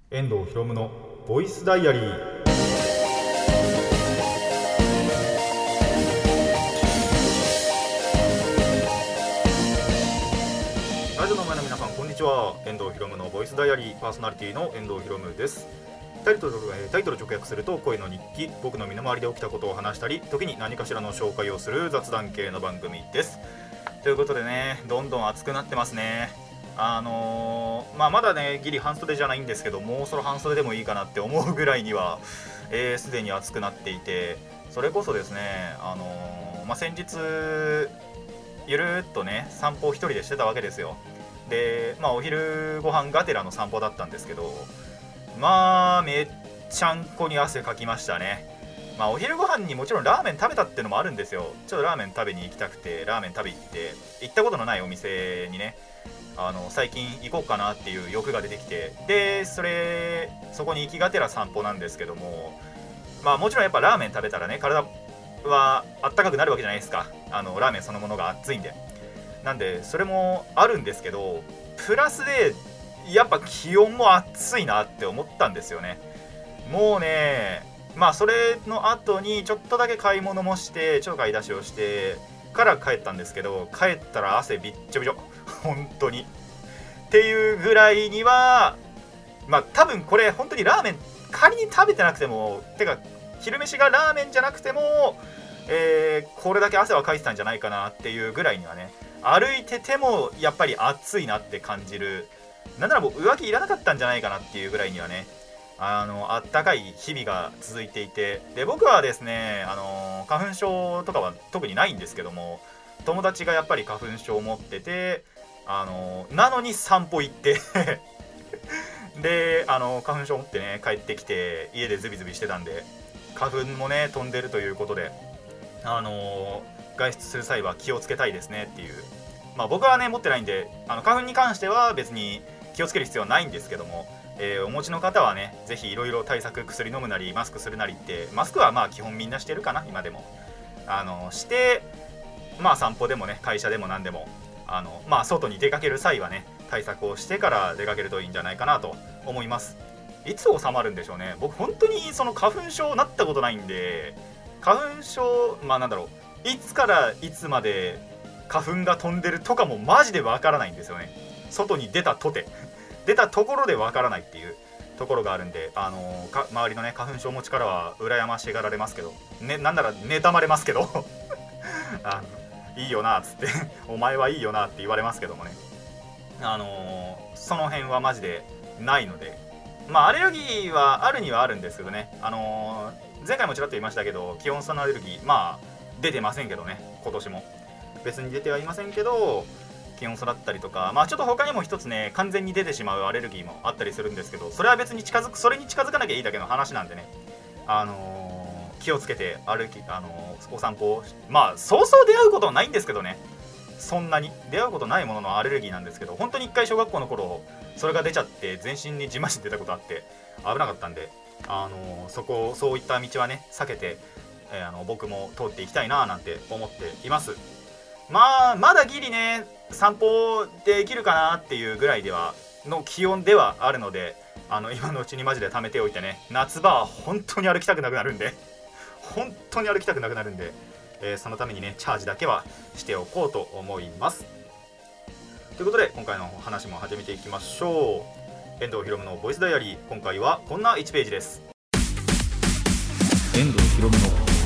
遠藤ひろむのボイスダイアリー。ラジオの前の皆さん、こんにちは。遠藤ひろむのボイスダイアリーパーソナリティの遠藤ひろむです。タイトル直訳すると声の日記。僕の身の回りで起きたことを話したり、時に何かしらの紹介をする雑談系の番組です。ということでね、どんどん暑くなってますね。まだねギリ半袖じゃないんですけど、もうそろ半袖でもいいかなって思うぐらいにはすでに暑くなっていて、それこそですね、先日ゆるーっとね散歩を一人でしてたわけですよ。で、お昼ご飯がてらの散歩だったんですけど、めっちゃんこに汗かきましたね。お昼ご飯にもちろんラーメン食べたってのもあるんですよ。ちょっとラーメン食べに行きたくてラーメン食べ行ったことのないお店にね、最近行こうかなっていう欲が出てきて、でそこに行きがてら散歩なんですけども、もちろんやっぱラーメン食べたらね体はあったかくなるわけじゃないですか。ラーメンそのものが熱いんで、なんでそれもあるんですけど、プラスでやっぱ気温も暑いなって思ったんですよね。もうね、それの後にちょっとだけ買い物もして、ちょっと買い出しをしてから帰ったんですけど、帰ったら汗びっちょびちょ本当にっていうぐらいには、多分これ本当にラーメン仮に食べてなくても、てか昼飯がラーメンじゃなくても、これだけ汗はかいてたんじゃないかなっていうぐらいにはね、歩いててもやっぱり暑いなって感じる。なんならもう上着いらなかったんじゃないかなっていうぐらいにはね、あったかい日々が続いていて、で僕はですね、花粉症とかは特にないんですけども、友達がやっぱり花粉症を持ってて、なのに散歩行ってで花粉症持ってね帰ってきて家でズビズビしてたんで、花粉もね飛んでるということで、外出する際は気をつけたいですねっていう。僕はね持ってないんで、花粉に関しては別に気をつける必要はないんですけども、お持ちの方はねぜひいろいろ対策、薬飲むなりマスクするなりって、マスクは基本みんなしてるかな今でも、して、散歩でもね会社でも何でも外に出かける際はね対策をしてから出かけるといいんじゃないかなと思います。いつ収まるんでしょうね。僕本当にその花粉症なったことないんで、花粉症いつからいつまで花粉が飛んでるとかもマジでわからないんですよね。外に出たところでわからないっていうところがあるんで、周りのね花粉症持ちからは羨ましがられますけどね、なんなら妬まれますけどいいよなっつってお前はいいよなって言われますけどもね、その辺はマジでないので、アレルギーはあるにはあるんですけどね、前回もちらっと言いましたけど、気温差のアレルギー出てませんけどね、今年も別に出てはいませんけど、気温差だったりとか、ちょっと他にも一つね完全に出てしまうアレルギーもあったりするんですけど、それは別にそれに近づかなきゃいいだけの話なんでね、気をつけてお散歩をそうそう出会うことはないんですけどね、そんなに出会うことないもののアレルギーなんですけど、本当に一回小学校の頃それが出ちゃって全身にじましん出たことあって危なかったんで、そういった道はね避けて、僕も通っていきたいななんて思っています。まだギリね散歩できるかなっていうぐらいの気温ではあるので、今のうちにマジで貯めておいてね、夏場は本当に歩きたくなくなるんでそのためにねチャージだけはしておこうと思います。ということで今回の話も始めていきましょう。遠藤ひろむのボイスダイアリー、今回はこんな1ページです。遠藤ひろむの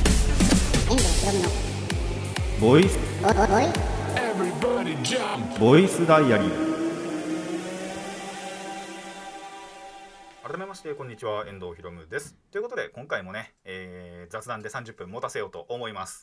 ボイスダイアリー。改めましてこんにちは、遠藤ひろむです。ということで今回もね、雑談で30分持たせようと思います。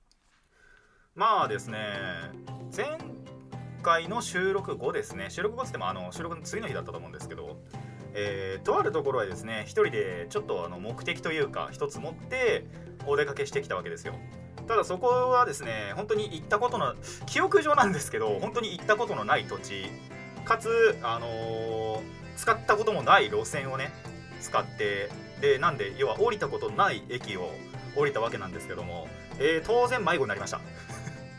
ですね、前回の収録後ですね、収録後って言っても収録の次の日だったと思うんですけど、とあるところへですね一人でちょっと目的というか一つ持ってお出かけしてきたわけですよ。ただそこはですね本当に行ったことの記憶上なんですけど、本当に行ったことのない土地かつ使ったこともない路線をね使って、でなんで要は降りたことない駅を降りたわけなんですけども、当然迷子になりました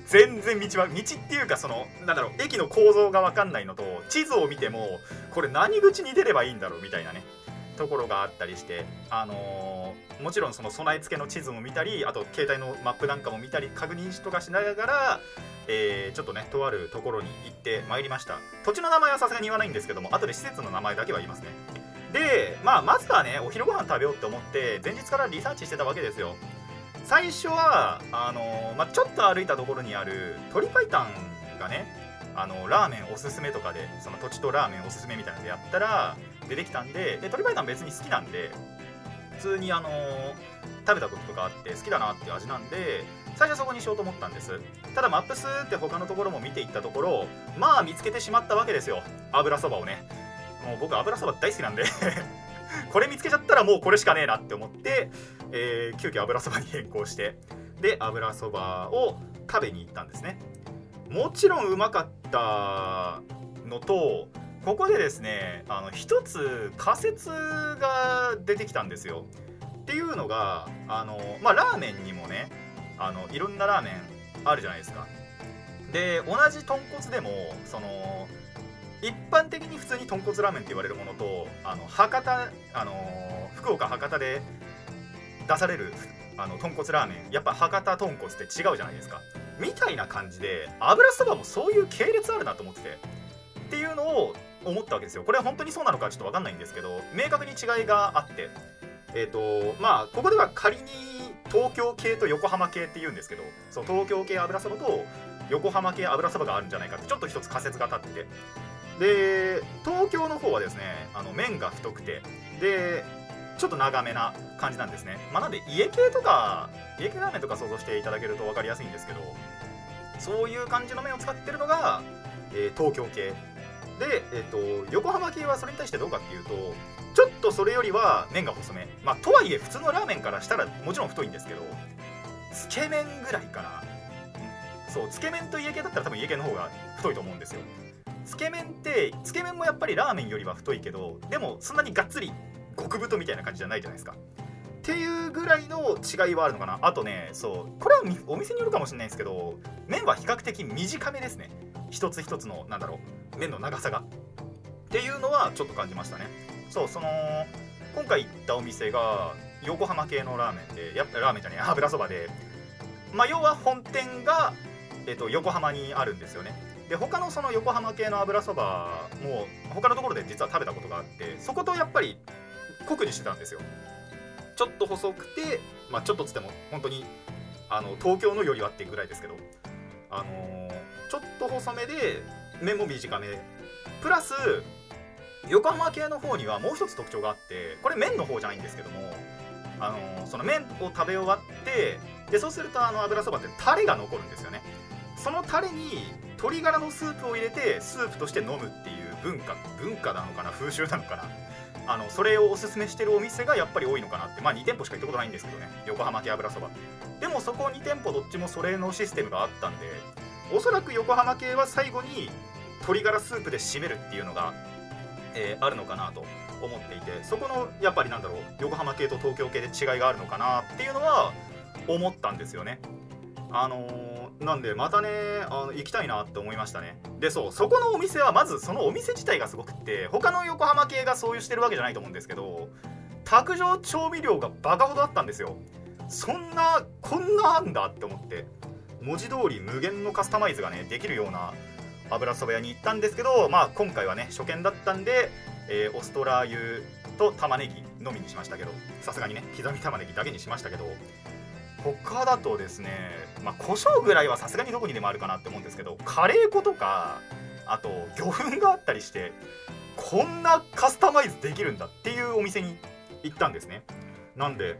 全然道っていうか、そのなんだろう、駅の構造が分かんないのと、地図を見てもこれ何口に出ればいいんだろうみたいなねところがあったりして、もちろんその備え付けの地図も見たり、あと携帯のマップなんかも見たり確認とかしながら、ちょっとねとあるところに行ってまいりました。土地の名前はさすがに言わないんですけども、後で施設の名前だけは言いますね。で、まずはねお昼ご飯食べようって思って前日からリサーチしてたわけですよ。最初はちょっと歩いたところにある鶏白湯がね、ラーメンおすすめとかで、その土地とラーメンおすすめみたいなのでやったら出てきたんで、鶏白湯別に好きなんで、普通に食べたこととかあって好きだなっていう味なんで、最初はそこにしようと思ったんです。ただマップスって他のところも見ていったところ、見つけてしまったわけですよ、油そばをね。もう僕油そば大好きなんでこれ見つけちゃったらもうこれしかねえなって思って、急遽油そばに変更して、で油そばを食べに行ったんですね。もちろんうまかったのと、ここでですね一つ仮説が出てきたんですよ。っていうのがラーメンにもねいろんなラーメンあるじゃないですか。で同じ豚骨でもその一般的に普通に豚骨ラーメンって言われるものと、博多福岡博多で出される豚骨ラーメン、やっぱ博多豚骨って違うじゃないですか。みたいな感じで油そばもそういう系列あるなと思ってて、っていうのを思ったわけですよ。これは本当にそうなのかちょっと分かんないんですけど、明確に違いがあって、ここでは仮に東京系と横浜系っていうんですけど、そう東京系油そばと横浜系油そばがあるんじゃないかってちょっと一つ仮説が立ってて、で東京の方はですね麺が太くて、でちょっと長めな感じなんですね。なんで家系ラーメンとか想像していただけると分かりやすいんですけど、そういう感じの麺を使ってるのが、東京系で、横浜系はそれに対してどうかっていうと、ちょっとそれよりは麺が細め、とはいえ普通のラーメンからしたらもちろん太いんですけど、つけ麺ぐらいかな。そう、つけ麺と家系だったら多分家系の方が太いと思うんですよ。つけ麺もやっぱりラーメンよりは太いけど、でもそんなにがっつり極太みたいな感じじゃないじゃないですか。っていうぐらいの違いはあるのかな。あとね、そうこれはお店によるかもしれないんですけど、麺は比較的短めですね。一つ一つの麺の長さがっていうのはちょっと感じましたね。そう、今回行ったお店が横浜系のラーメンで、ラーメンじゃねえ油そばで、要は本店が、横浜にあるんですよね。で他のその横浜系の油そばも他のところで実は食べたことがあって、そことやっぱり酷似してたんですよ。ちょっと細くて、ちょっとつっても本当に東京のよりはっていうぐらいですけど、ちょっと細めで麺も短め、プラス横浜系の方にはもう一つ特徴があって、これ麺の方じゃないんですけども、その麺を食べ終わって、でそうすると油そばってタレが残るんですよね。そのタレに鶏ガラのスープを入れてスープとして飲むっていう文化なのかな、風習なのかな、それをおすすめしてるお店がやっぱり多いのかなって。2店舗しか行ったことないんですけどね、横浜系油そば。でもそこ2店舗どっちもそれのシステムがあったんで、おそらく横浜系は最後に鶏ガラスープで締めるっていうのが、あるのかなと思っていて、そこのやっぱり横浜系と東京系で違いがあるのかなっていうのは思ったんですよね。なんでまたね行きたいなって思いましたね。でそこのお店はまずそのお店自体がすごくって、他の横浜系がそういうしてるわけじゃないと思うんですけど、卓上調味料がバカほどあったんですよ。こんなあんだって思って、文字通り無限のカスタマイズがねできるような油そば屋に行ったんですけど、今回はね初見だったんで、お酢とラー油と玉ねぎのみにしましたけど、さすがにね刻み玉ねぎだけにしましたけど、他だとですね胡椒ぐらいはさすがにどこにでもあるかなって思うんですけど、カレー粉とかあと魚粉があったりして、こんなカスタマイズできるんだっていうお店に行ったんですね。なんで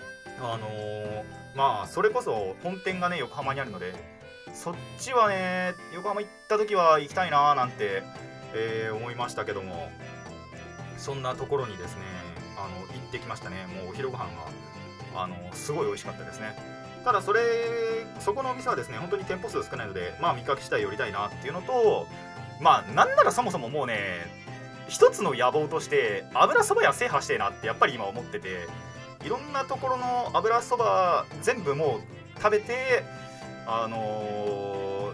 それこそ本店がね横浜にあるので、そっちはね横浜行った時は行きたいなーなんて、思いましたけども、そんなところにですね行ってきましたね。もうお昼ご飯がすごい美味しかったですね。ただそこのお店はですね本当に店舗数少ないので、見かけ次第寄りたいなっていうのと、なんならそもそももうね一つの野望として油そば屋制覇してえなってやっぱり今思ってて、いろんなところの油そば全部もう食べて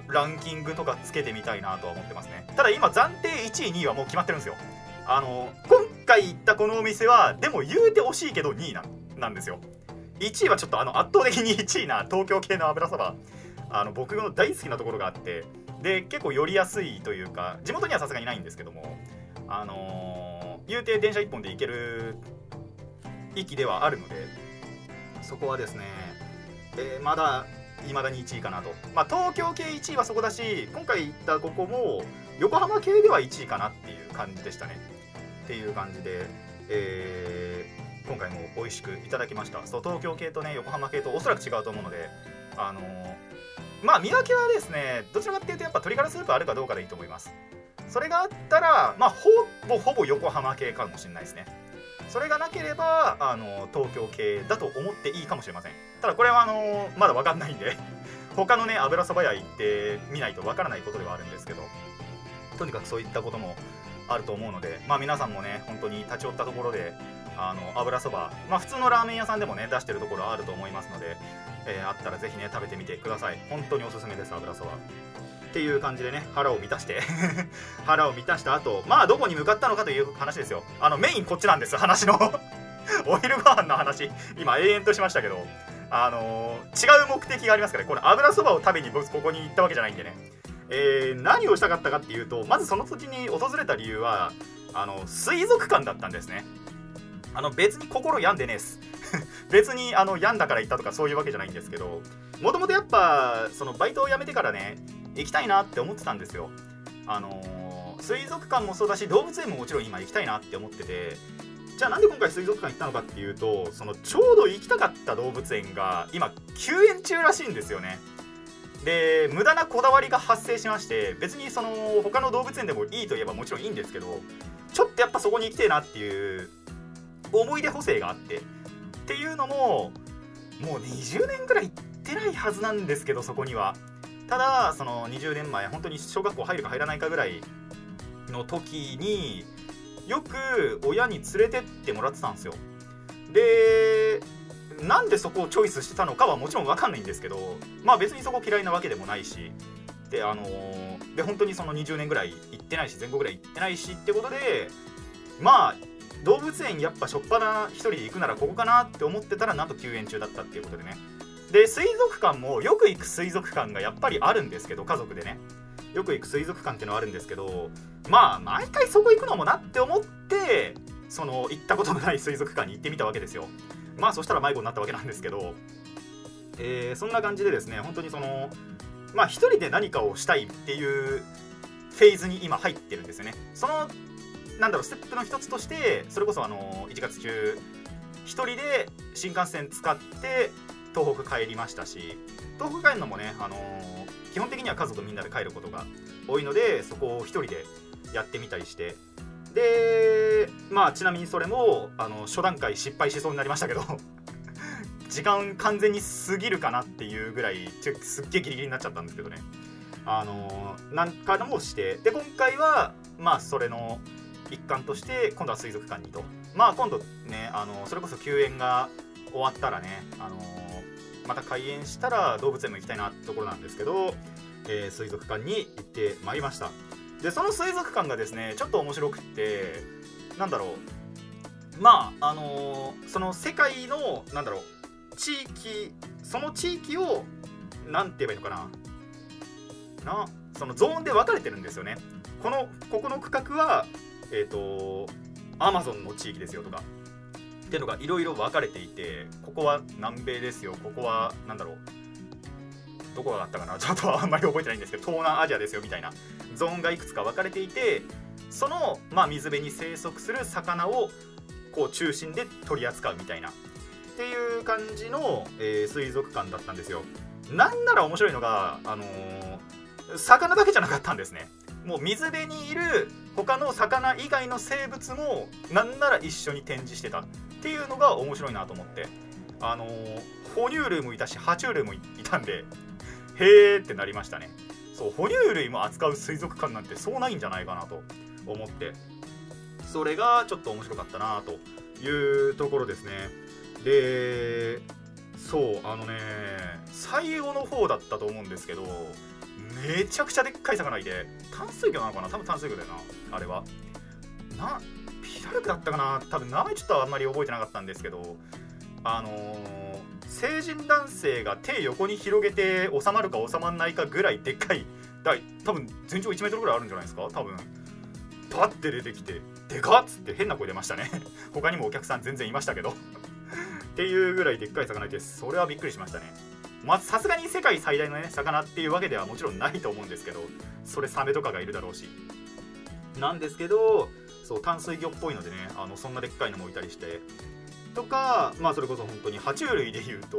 ランキングとかつけてみたいなとは思ってますね。ただ今暫定1位2位はもう決まってるんですよ。今回行ったこのお店はでも言うて惜しいけど2位なんですよ。1位はちょっと圧倒的に1位な東京系の油そば、僕の大好きなところがあって、で結構寄りやすいというか、地元にはさすがにないんですけども、言うて電車1本で行ける駅ではあるので、そこはですね、まだ未だに1位かなと。東京系1位はそこだし、今回行ったここも横浜系では1位かなっていう感じでしたね。っていう感じで、今回も美味しくいただきました。そう、東京系とね横浜系とおそらく違うと思うので、見分けはですね、どちらかっていうとやっぱ鶏ガラスープあるかどうかでいいと思います。それがあったらほぼ横浜系かもしれないですね。それがなければ東京系だと思っていいかもしれません。ただこれはまだ分かんないんで他のね油そば屋行ってみないと分からないことではあるんですけど、とにかくそういったこともあると思うので、皆さんもね本当に立ち寄ったところで油そば、普通のラーメン屋さんでもね出してるところあると思いますので、あったらぜひね食べてみてください。本当におすすめです、油そば。っていう感じでね、腹を満たして腹を満たした後、どこに向かったのかという話ですよ。メインこっちなんです、話のお昼ご飯の話今永遠としましたけど、違う目的がありますから、この油そばを食べに僕ここに行ったわけじゃないんでね、何をしたかったかっていうと、まずその土地に訪れた理由は水族館だったんですね。別に心病んでねえっす別に病んだから行ったとかそういうわけじゃないんですけど、もともとやっぱそのバイトを辞めてからね行きたいなって思ってたんですよ。水族館もそうだし動物園ももちろん今行きたいなって思ってて、じゃあなんで今回水族館行ったのかっていうと、そのちょうど行きたかった動物園が今休園中らしいんですよね。で無駄なこだわりが発生しまして、別にその他の動物園でもいいといえばもちろんいいんですけど、ちょっとやっぱそこに行きてえなっていう思い出補正があって、っていうのももう20年ぐらい行ってないはずなんですけど、そこにはただその20年前本当に小学校入るか入らないかぐらいの時によく親に連れてってもらってたんですよ。でなんでそこをチョイスしてたのかはもちろん分かんないんですけど、別にそこ嫌いなわけでもないし、で本当にその20年ぐらい行ってないし前後ぐらい行ってないしってことで、動物園やっぱしょっぱな一人で行くならここかなって思ってたら、なんと休園中だったっていうことでね。で水族館もよく行く水族館がやっぱりあるんですけど、家族でねよく行く水族館っていうのはあるんですけど、毎回そこ行くのもなって思って、その行ったことのない水族館に行ってみたわけですよ。そしたら迷子になったわけなんですけど、そんな感じでですね、本当にその一人で何かをしたいっていうフェーズに今入ってるんですよね。そのステップの一つとして、それこそ1月中一人で新幹線使って東北帰りましたし、東北帰るのもね、基本的には家族みんなで帰ることが多いので、そこを一人でやってみたりして、でちなみにそれも初段階失敗しそうになりましたけど時間完全に過ぎるかなっていうぐらいすっげえギリギリになっちゃったんですけどね、なんかもして、で今回はそれの一環として今度は水族館にと、今度ねそれこそ休園が終わったらね、また開園したら動物園も行きたいなってところなんですけど、水族館に行ってまいりました。でその水族館がですねちょっと面白くって、その世界の地域、その地域をなんて言えばいいのかな、そのゾーンで分かれてるんですよね。ここの区画はアマゾンの地域ですよとかっていうのがいろいろ分かれていて、ここは南米ですよ、ここはどこがあったかな、ちょっとあんまり覚えてないんですけど東南アジアですよみたいなゾーンがいくつか分かれていて、その、水辺に生息する魚をこう中心で取り扱うみたいなっていう感じの、水族館だったんですよ。なんなら面白いのが魚だけじゃなかったんですね。もう水辺にいる他の魚以外の生物もなんなら一緒に展示してたっていうのが面白いなと思って、哺乳類もいたし爬虫類もいたんで、へーってなりましたね。そう、哺乳類も扱う水族館なんてそうないんじゃないかなと思って、それがちょっと面白かったなというところですね。でそう最後の方だったと思うんですけど、 めちゃくちゃでっかい魚いて、淡水魚なのかな、多分淡水魚だよな、あれは。ピラルクだったかな、多分名前ちょっとあんまり覚えてなかったんですけど、成人男性が手横に広げて収まるか収まらないかぐらいでっかい、多分全長1メートルぐらいあるんじゃないですか、多分。パッて出てきて、でかっつって変な声出ましたね。他にもお客さん全然いましたけど。っていうぐらいでっかい魚いて、それはびっくりしましたね。さすがに世界最大のね魚っていうわけではもちろんないと思うんですけど、それサメとかがいるだろうしなんですけど、そう淡水魚っぽいのでね、そんなでっかいのもいたりしてとか、それこそ本当に爬虫類でいうと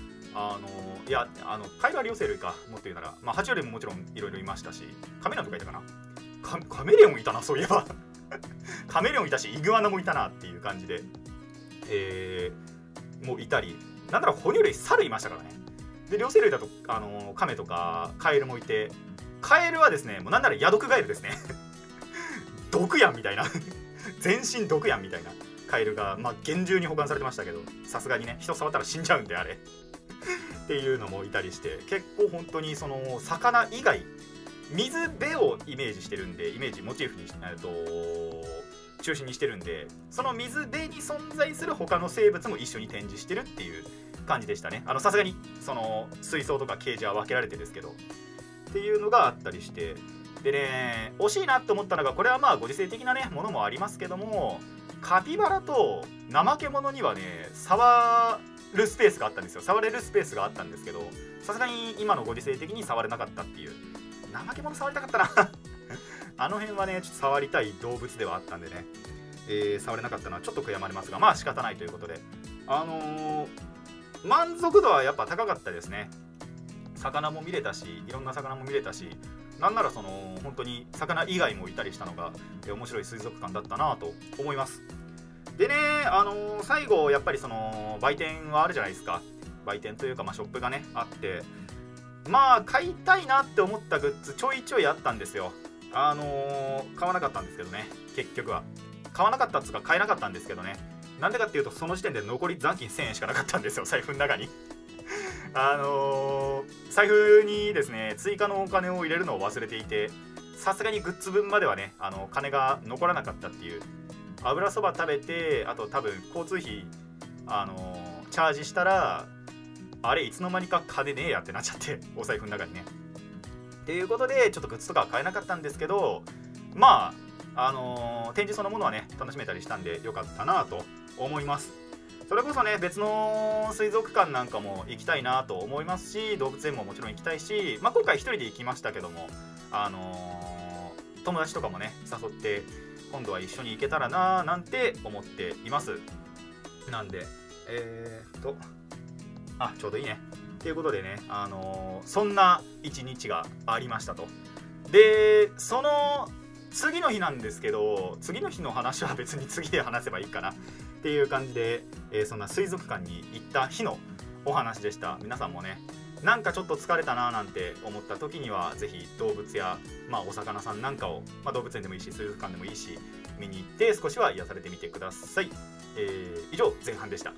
カイロアリオ生類か、もっと言うなら、爬虫類ももちろんいろいろいましたし、カメレオンとかいたかな、カメレオンいたな、そういえば。カメレオンいたし、イグアナもいたなっていう感じで、もういたり、なんなら哺乳類、猿いましたからね。で両生類だとカメとかカエルもいて、カエルはですね、もうなんならヤドクガエルですね。毒やんみたいな。全身毒やんみたいなカエルが厳重に保管されてましたけど、さすがにね、人触ったら死んじゃうんであれ。っていうのもいたりして、結構本当にその魚以外、水辺をイメージしてるんで、イメージモチーフに中心にしてるんで、その水辺に存在する他の生物も一緒に展示してるっていう感じでしたね。さすがにその水槽とかケージは分けられてですけどっていうのがあったりして、でね、惜しいなって思ったのが、これはご時世的なねものもありますけども、カピバラと怠け者にはね触るスペースがあったんですよ。触れるスペースがあったんですけど、さすがに今のご時世的に触れなかったっていう。怠け者触りたかったな。あの辺はねちょっと触りたい動物ではあったんでね、触れなかったのはちょっと悔やまれますが、仕方ないということで、満足度はやっぱ高かったですね。魚も見れたし、いろんな魚も見れたし、なんならその本当に魚以外もいたりしたのが面白い水族館だったなと思います。でね、最後やっぱりその売店はあるじゃないですか。売店というかショップがねあって、買いたいなって思ったグッズちょいちょいあったんですよ。買わなかったんですけどね、結局は買わなかったっつうか買えなかったんですけどね。なんでかっていうと、その時点で残り残金1000円しかなかったんですよ、財布の中に。財布にですね追加のお金を入れるのを忘れていて、さすがにグッズ分まではね金が残らなかったっていう。油そば食べて、あと多分交通費チャージしたら、あれいつの間にか金ねえやってなっちゃって、お財布の中にね。っていうことでちょっとグッズとかは買えなかったんですけど、展示そのものはね楽しめたりしたんでよかったなと思います。それこそね別の水族館なんかも行きたいなと思いますし、動物園ももちろん行きたいし、今回一人で行きましたけども、友達とかもね誘って今度は一緒に行けたらななんて思っています。なんでちょうどいいねっていうことでね、そんな一日がありましたと。でその次の日なんですけど、次の日の話は別に次で話せばいいかなっていう感じで、そんな水族館に行った日のお話でした。皆さんもねなんかちょっと疲れたななんて思った時には、ぜひ動物や、お魚さんなんかを、動物園でもいいし水族館でもいいし見に行って少しは癒されてみてください。以上前半でした。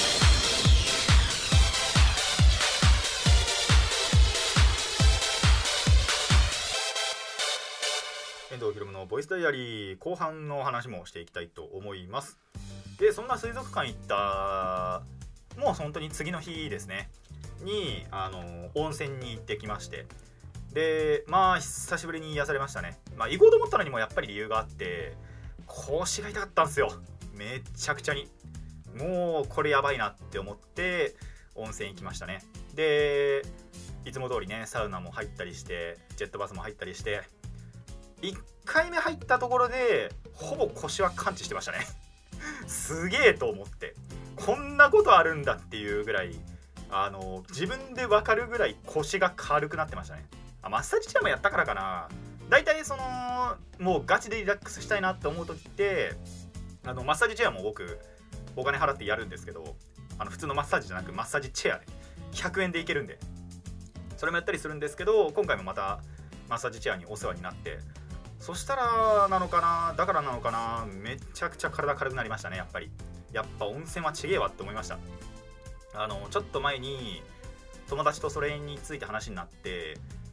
遠藤ひろむのボイスダイアリー後半の話もしていきたいと思います。でそんな水族館行ったもう本当に次の日ですねに温泉に行ってきまして、で久しぶりに癒されましたね。行こうと思ったのにもやっぱり理由があって、腰が痛かったんですよ、めちゃくちゃに。もうこれやばいなって思って温泉行きましたね。でいつも通りねサウナも入ったりしてジェットバスも入ったりして、1回目入ったところでほぼ腰は完治してましたね。すげえと思って、こんなことあるんだっていうぐらい自分で分かるぐらい腰が軽くなってましたね。マッサージチェアもやったからかな。だいたいもうガチでリラックスしたいなって思う時ってマッサージチェアも僕お金払ってやるんですけど、普通のマッサージじゃなくマッサージチェアで100円でいけるんでそれもやったりするんですけど、今回もまたマッサージチェアにお世話になって、そしたらなのかな、だからなのかな、めちゃくちゃ体軽くなりましたね。やっぱ温泉はちげえわって思いました。ちょっと前に友達とそれについて話になって、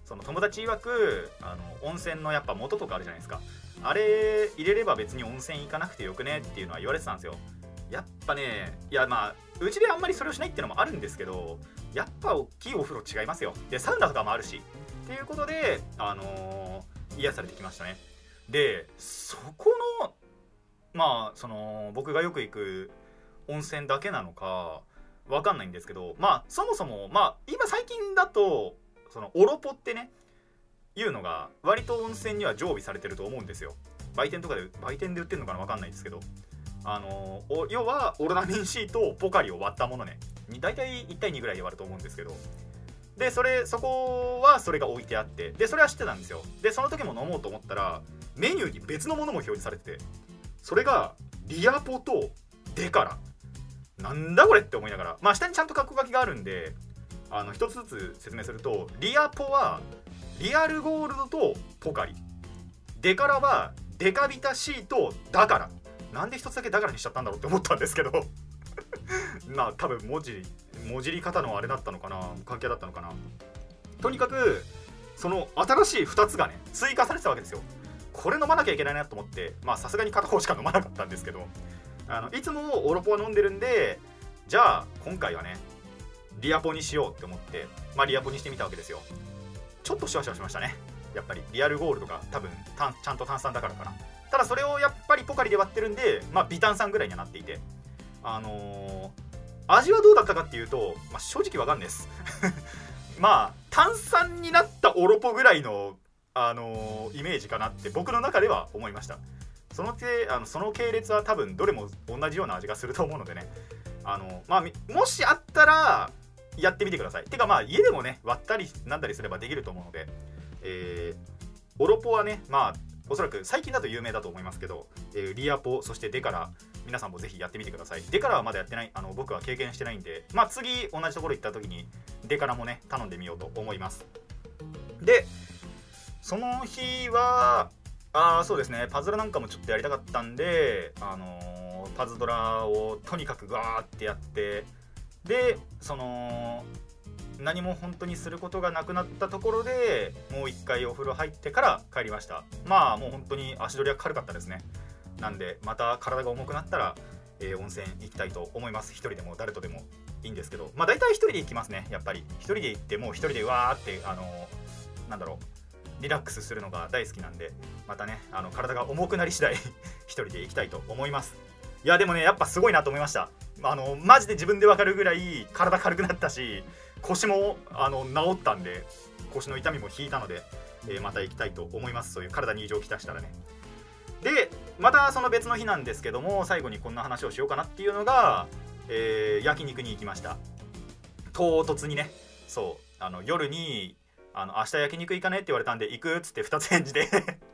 その友達曰く温泉のやっぱ元とかあるじゃないですか。あれ入れれば別に温泉行かなくてよくねっていうのは言われてたんですよ。やっぱね、いやまあうちであんまりそれをしないっていうのもあるんですけど、やっぱ大きいお風呂違いますよ。でサウナとかもあるしっていうことで癒されてきましたね。でそこのまあその僕がよく行く温泉だけなのかわかんないんですけど、まあそもそもまあ今最近だとそのオロポってねいうのが割と温泉には常備されてると思うんですよ。売店で売ってるのかなわかんないですけど、要はオロナミン C とポカリを割ったものね、だいたい1対2ぐらいで割ると思うんですけど、でそこはそれが置いてあって、でそれは知ってたんですよ。でその時も飲もうと思ったらメニューに別のものも表示されてて、それがリアポとデカラ、なんだこれって思いながら、まあ下にちゃんとカッコ書きがあるんで一つずつ説明すると、リアポはリアルゴールドとポカリ、デカラはデカビタ C とだから、なんで一つだけだからにしちゃったんだろうって思ったんですけどまあ多分文字り方のあれだったのかな、関係だったのかな。とにかくその新しい2つがね追加されてたわけですよ。これ飲まなきゃいけないなと思って、まあさすがに片方しか飲まなかったんですけど、いつもオロポは飲んでるんで、じゃあ今回はねリアポにしようって思って、まあリアポにしてみたわけですよ。ちょっとシュワシュワしましたね。やっぱりリアルゴールドが多分ちゃんと炭酸だからかな。ただそれをやっぱりポカリで割ってるんで、まあ微炭酸ぐらいにはなっていて、味はどうだったかっていうと、まあ、正直わかんないですまあ炭酸になったオロポぐらいの、イメージかなって僕の中では思いました。その系列は多分どれも同じような味がすると思うのでね、まあ、もしあったらやってみてください。てかまあ家でもね割ったりなんだりすればできると思うので、オロポはねまあおそらく最近だと有名だと思いますけど、リアポそしてデカラ、皆さんもぜひやってみてください。デカラはまだやってない、僕は経験してないんで、まあ次同じところ行った時にデカラもね頼んでみようと思います。でその日はそうですね、パズルなんかもちょっとやりたかったんで、パズドラをとにかくガーってやって、で何も本当にすることがなくなったところでもう一回お風呂入ってから帰りました。まあもう本当に足取りは軽かったですね。なんでまた体が重くなったら、温泉行きたいと思います。一人でも誰とでもいいんですけど、まあ大体一人で行きますね。やっぱり一人で行ってもう一人でわーってなんだろうリラックスするのが大好きなんで、またね体が重くなり次第一人で行きたいと思います。いやでもねやっぱすごいなと思いました。マジで自分でわかるぐらい体軽くなったし、腰も治ったんで、腰の痛みも引いたので、また行きたいと思います。そういう体に異常をきたしたらね。でまたその別の日なんですけども、最後にこんな話をしようかなっていうのが、焼肉に行きました。唐突にね、そう夜に明日焼肉行かねって言われたんで行くっつって2つ返事で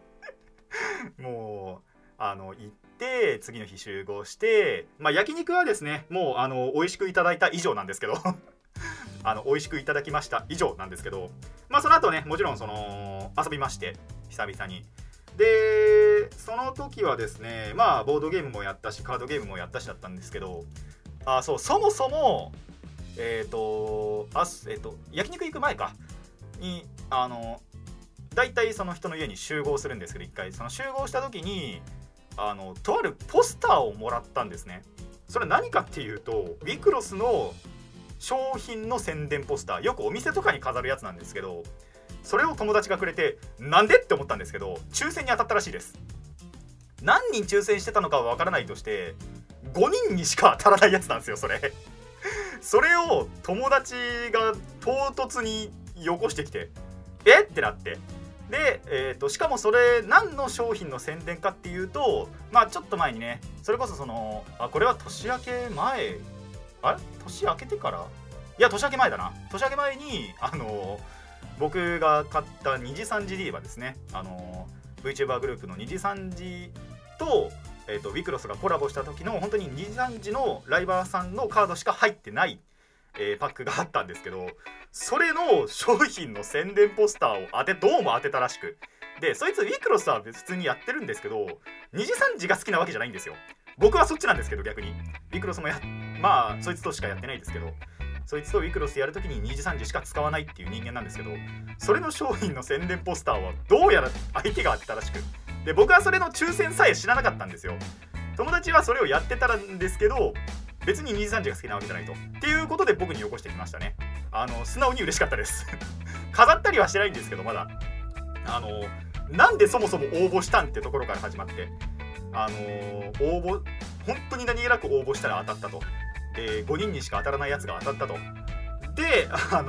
もう行って次の日集合して、まあ焼肉はですねもう美味しくいただいた以上なんですけど美味しくいただきました以上なんですけど、まあその後ねもちろん遊びまして、久々に。でその時はですねまあボードゲームもやったしカードゲームもやったしだったんですけど、そもそも焼肉行く前かにだいたいその人の家に集合するんですけど、一回その集合した時にとあるポスターをもらったんですね。それ何かっていうとウィクロスの商品の宣伝ポスター、よくお店とかに飾るやつなんですけど、それを友達がくれて、なんでって思ったんですけど、抽選に当たったらしいです。何人抽選してたのかはわからないとして、5人にしか当たらないやつなんですよそれそれを友達が唐突によこしてきて、えってなって、で、しかもそれ何の商品の宣伝かっていうと、まあちょっと前にね、それこそこれは年明け前、年明けてから、いや年明け前だな、年明け前に僕が買った二次三次 D はですね、VTuber グループの二次三次と、ウィクロスがコラボした時の本当に二次三次のライバーさんのカードしか入ってない、パックがあったんですけど、それの商品の宣伝ポスターをどうも当てたらしく、でそいつウィクロスは普通にやってるんですけど、二次三次が好きなわけじゃないんですよ。僕はそっちなんですけど、逆にウィクロスもまあそいつとしかやってないですけど、 そいつとウィクロスやるときに2時3時しか使わないっていう人間なんですけど、それの商品の宣伝ポスターはどうやら相手があったらしく、で僕はそれの抽選さえ知らなかったんですよ。友達はそれをやってたんですけど、別に2時3時が好きなわけじゃないとっていうことで僕によこしてきましたね。素直に嬉しかったです飾ったりはしてないんですけど、まだなんでそもそも応募したんってところから始まって、応募本当に何気なく応募したら当たったと。で5人にしか当たらないやつが当たったと。で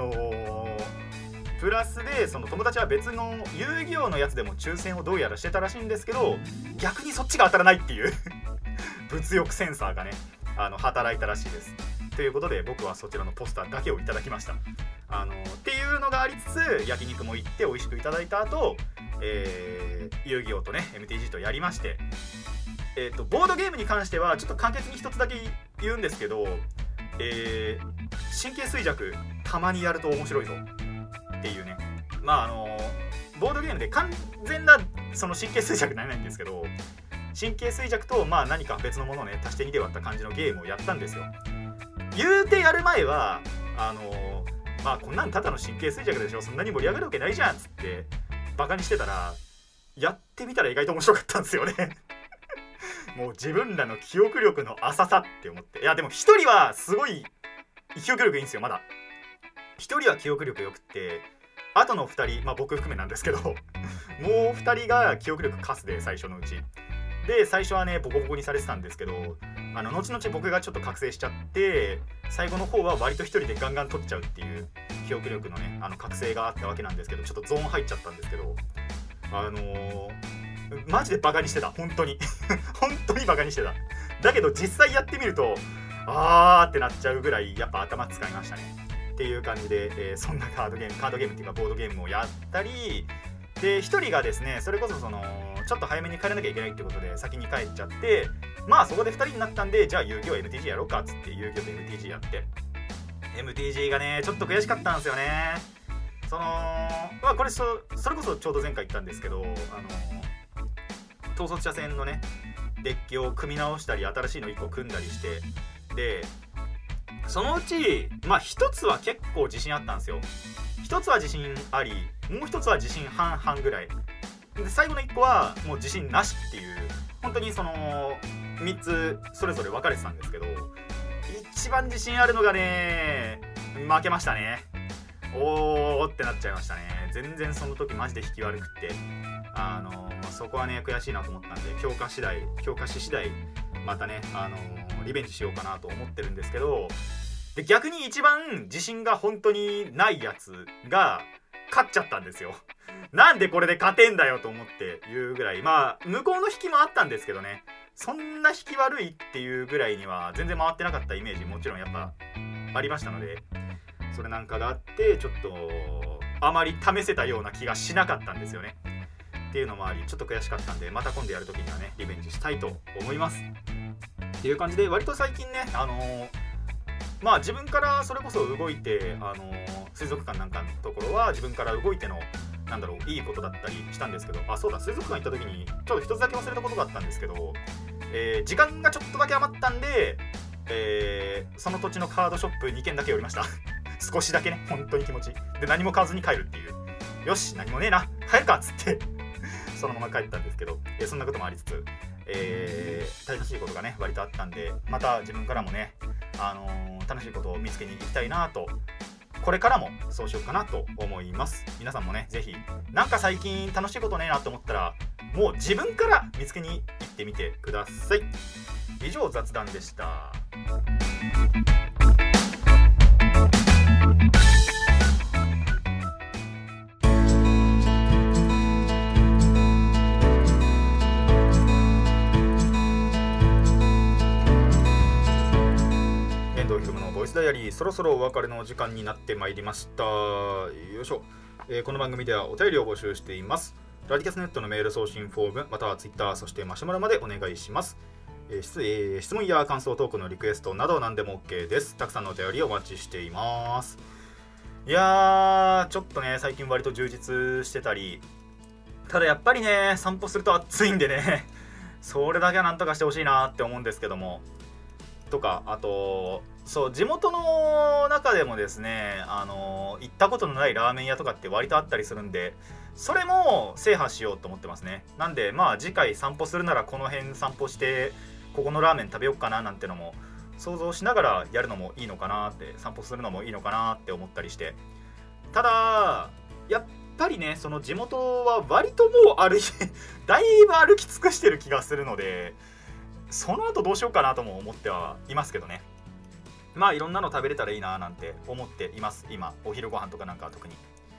プラスでその友達は別の遊戯王のやつでも抽選をどうやらしてたらしいんですけど、逆にそっちが当たらないっていう物欲センサーがね働いたらしいです。ということで僕はそちらのポスターだけをいただきました。っていうのがありつつ、焼肉も行って美味しくいただいた後、遊戯王とね MTG とやりまして、ボードゲームに関してはちょっと簡潔に一つだけ言うんですけど、神経衰弱たまにやると面白いぞっていうね。ボードゲームで完全なその神経衰弱にならないんですけど、神経衰弱と何か別のものをね足して2で割った感じのゲームをやったんですよ。言うてやる前はこんなんただの神経衰弱でしょ、そんなに盛り上がるわけないじゃんっつってバカにしてたら、やってみたら意外と面白かったんですよねもう自分らの記憶力の浅さって思って、いやでも一人はすごい記憶力いいんですよ。まだ一人は記憶力よくって、あとの2人僕含めなんですけどもう2人が記憶力カスで最初のうちで、最初はねボコボコにされてたんですけど、後々僕がちょっと覚醒しちゃって、最後の方は割と一人でガンガン取っちゃうっていう記憶力のね覚醒があったわけなんですけど、ちょっとゾーン入っちゃったんですけど、マジでバカにしてた、本当に本当にバカにしてた。だけど実際やってみるとってなっちゃうぐらいやっぱ頭使いましたねっていう感じで、そんなカードゲームっていうかボードゲームをやったりで、1人がですねそれこそちょっと早めに帰らなきゃいけないってことで先に帰っちゃって、そこで2人になったんで、じゃあ遊戯王 MTG やろうかっつって遊戯王と MTG やって、 MTG がねちょっと悔しかったんですよね。これそれこそちょうど前回言ったんですけど、統率者戦のねデッキを組み直したり新しいの1個組んだりして、でそのうち1つは結構自信あったんですよ。1つは自信あり、もう1つは自信半々ぐらいで、最後の1個はもう自信なしっていう、本当に3つそれぞれ分かれてたんですけど、一番自信あるのがね負けましたね。おーってなっちゃいましたね。全然その時マジで引き悪くって、そこはね悔しいなと思ったんで、強化し次第またね、リベンジしようかなと思ってるんですけど、で逆に一番自信が本当にないやつが勝っちゃったんですよ。なんでこれで勝てんだよと思っていうぐらい、向こうの引きもあったんですけどね、そんな引き悪いっていうぐらいには全然回ってなかったイメージもちろんやっぱありましたので、それなんかがあってちょっとあまり試せたような気がしなかったんですよねっていうのもあり、ちょっと悔しかったんで、また今度やるときにはねリベンジしたいと思いますっていう感じで、割と最近ね自分からそれこそ動いて水族館なんかのところは自分から動いてのいいことだったりしたんですけど、そうだ、水族館行った時にちょっと一つだけ忘れたことがあったんですけど、時間がちょっとだけ余ったんで、その土地のカードショップ2軒だけ寄りました少しだけね、本当に気持ちで何も買わずに帰るっていう、よし何もねえな帰るかっつってそのまま帰ったんですけど、そんなこともありつつ、楽しいことがね割とあったんで、また自分からもね、楽しいことを見つけに行きたいなと、これからもそうしようかなと思います。皆さんもねぜひなんか最近楽しいことねえなと思ったら、もう自分から見つけに行ってみてください。以上雑談でした。ボイスダイアリー、そろそろお別れの時間になってまいりました。よいしょ。この番組ではお便りを募集しています。ラディキャスネットのメール送信フォーム、またはツイッター、そしてマシュマロまでお願いします。質問や感想トークのリクエストなど何でも OK です。たくさんのお便りをお待ちしています。いやーちょっとね最近割と充実してたり、ただやっぱりね散歩すると暑いんでねそれだけはなんとかしてほしいなって思うんですけども、 とか、あとそう地元の中でもですね、行ったことのないラーメン屋とかって割とあったりするんで、それも制覇しようと思ってますね。なんでまあ次回散歩するならこの辺散歩してここのラーメン食べようかななんてのも想像しながらやるのもいいのかなって、散歩するのもいいのかなって思ったりして、ただやっぱりね、その地元は割ともう歩いてだいぶ歩き尽くしてる気がするので、その後どうしようかなとも思ってはいますけどね。まあいろんなの食べれたらいいななんて思っています。今お昼ご飯とかなんかは特に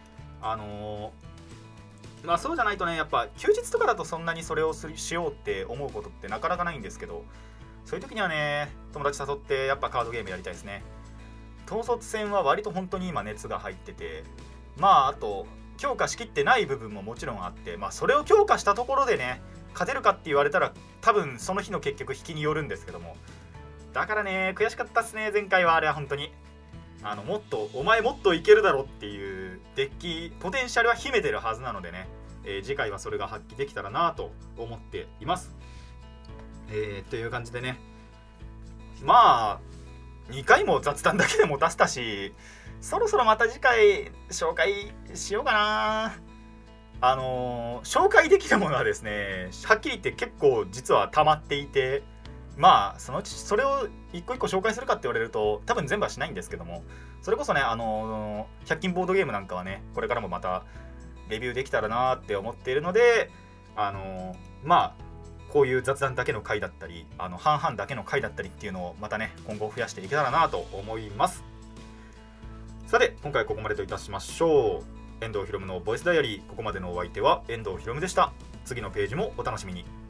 まあそうじゃないとね、やっぱ休日とかだとそんなにそれをしようって思うことってなかなかないんですけど、そういう時にはね、友達誘ってやっぱカードゲームやりたいですね。統率戦は割と本当に今熱が入ってて、まああと強化しきってない部分ももちろんあって、まあそれを強化したところでね勝てるかって言われたら多分その日の結局引きによるんですけども、だからね悔しかったっすね、前回は。あれは本当にもっとお前もっといけるだろっていうデッキポテンシャルは秘めてるはずなのでね、次回はそれが発揮できたらなと思っています。という感じでね、まあ2回も雑談だけでも出したし、そろそろまた次回紹介しようかな。紹介できるものはですね、はっきり言って結構実は溜まっていて、まあそのうちそれを一個一個紹介するかって言われると多分全部はしないんですけども、それこそね100均ボードゲームなんかはねこれからもまたレビューできたらなって思っているので、まあこういう雑談だけの回だったり半々だけの回だったりっていうのをまたね今後増やしていけたらなと思います。さて今回ここまでといたしましょう。遠藤ひろむのボイスダイアリー、ここまでのお相手は遠藤ひろむでした。次のページもお楽しみに。